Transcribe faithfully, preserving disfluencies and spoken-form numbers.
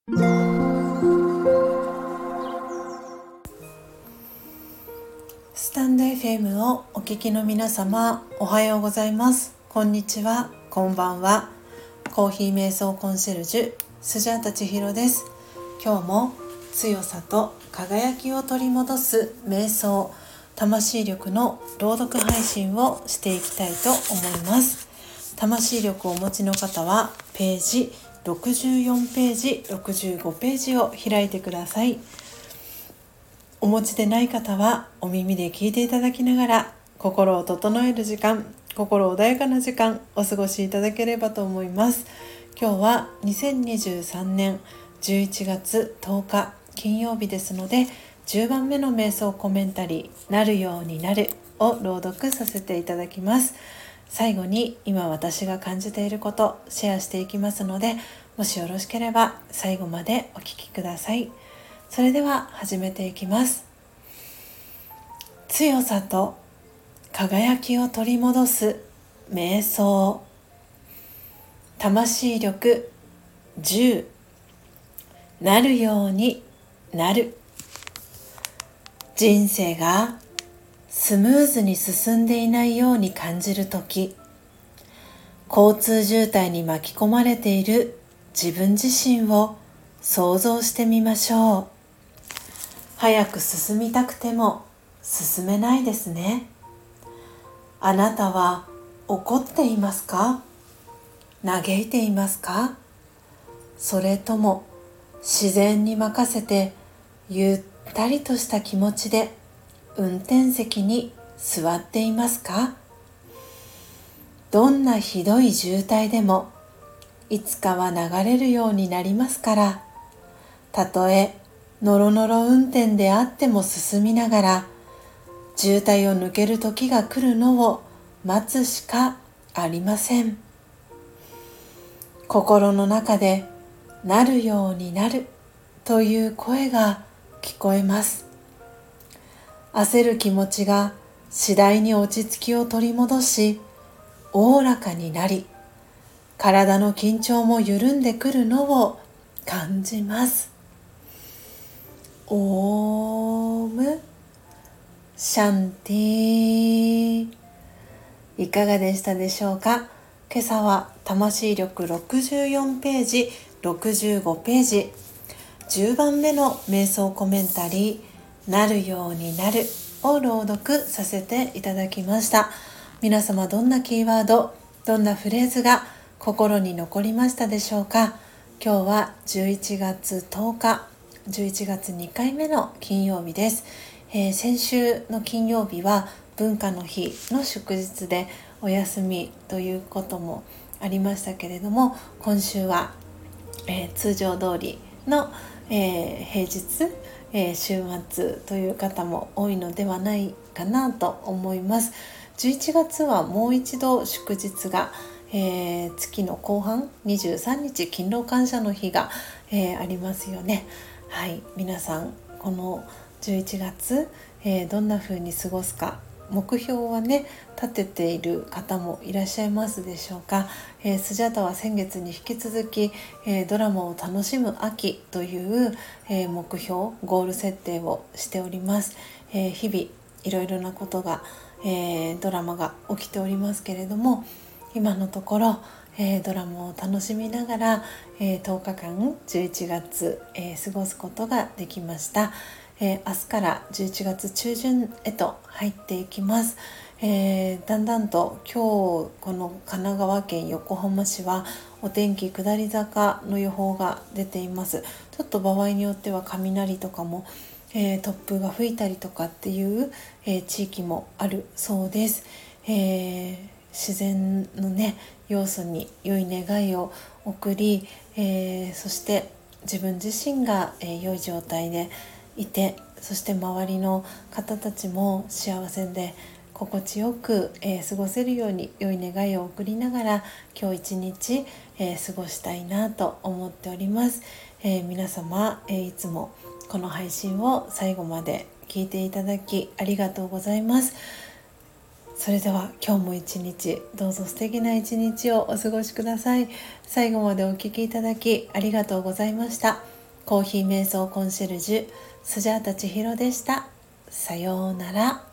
スタンド エフエム をお聞きの皆様、おはようございます。こんにちは、こんばんは。コーヒー瞑想コンシェルジュスジャータ千尋です。今日も強さと輝きを取り戻す瞑想魂力の朗読配信をしていきたいと思います。魂力をお持ちの方はページろくじゅうよんページ、ろくじゅうごページを開いてください。お持ちでない方はお耳で聞いていただきながら、心を整える時間、心穏やかな時間お過ごしいただければと思います。今日はにせんにじゅうさんねんじゅういちがつとおか金曜日ですので、じゅうばんめの瞑想コメンタリーなるようになるを朗読させていただきます。最後に今私が感じていることシェアしていきますので、もしよろしければ最後までお聞きください。それでは始めていきます。強さと輝きを取り戻す瞑想。魂力じゅう、なるようになる。人生がスムーズに進んでいないように感じるとき、交通渋滞に巻き込まれている自分自身を想像してみましょう。早く進みたくても進めないですね。あなたは怒っていますか？嘆いていますか？それとも自然に任せてゆったりとした気持ちで運転席に座っていますか？どんなひどい渋滞でもいつかは流れるようになりますから、たとえノロノロ運転であっても進みながら、渋滞を抜ける時が来るのを待つしかありません。心の中でなるようになるという声が聞こえます。焦る気持ちが次第に落ち着きを取り戻し、おおらかになり、体の緊張も緩んでくるのを感じます。オームシャンティ。いかがでしたでしょうか。今朝は魂力ろくじゅうよんページ、ろくじゅうごページ、じゅうばんめの瞑想コメンタリーなるようになるを朗読させていただきました。皆様どんなキーワード、どんなフレーズが心に残りましたでしょうか。今日はじゅういちがつとおか、じゅういちがつにかいめの金曜日です。えー、先週の金曜日は文化の日の祝日でお休みということもありましたけれども、今週は、えー、通常通りの、えー、平日、えー、週末という方も多いのではないかなと思います。じゅういちがつはもう一度祝日が、えー、月の後半にじゅうさんにち勤労感謝の日が、えー、ありますよね。はい、皆さんこのじゅういちがつ、えー、どんな風に過ごすか、目標はね立てている方もいらっしゃいますでしょうか。えー、スジャタは先月に引き続き、えー、ドラマを楽しむ秋という、えー、目標ゴール設定をしております。えー、日々いろいろなことが、えー、ドラマが起きておりますけれども、今のところえー、ドラマを楽しみながら、えー、とおかかんじゅういちがつ、えー、過ごすことができました。えー、明日からじゅういちがつちゅうじゅんへと入っていきます。えー、だんだんと今日この神奈川県横浜市はお天気下り坂の予報が出ています。ちょっと場合によっては雷とかも、えー、突風が吹いたりとかっていう、えー、地域もあるそうです。えー、自然のね要素に良い願いを送り、えー、そして自分自身が、えー、良い状態でいて、そして周りの方たちも幸せで心地よく、えー、過ごせるように良い願いを送りながら今日一日、えー、過ごしたいなと思っております。えー、皆様、えー、いつもこの配信を最後まで聞いていただきありがとうございます。それでは今日も一日どうぞ素敵な一日をお過ごしください。最後までお聞きいただきありがとうございました。 コーヒー瞑想コンシェルジュスジャータ千尋でした。さようなら。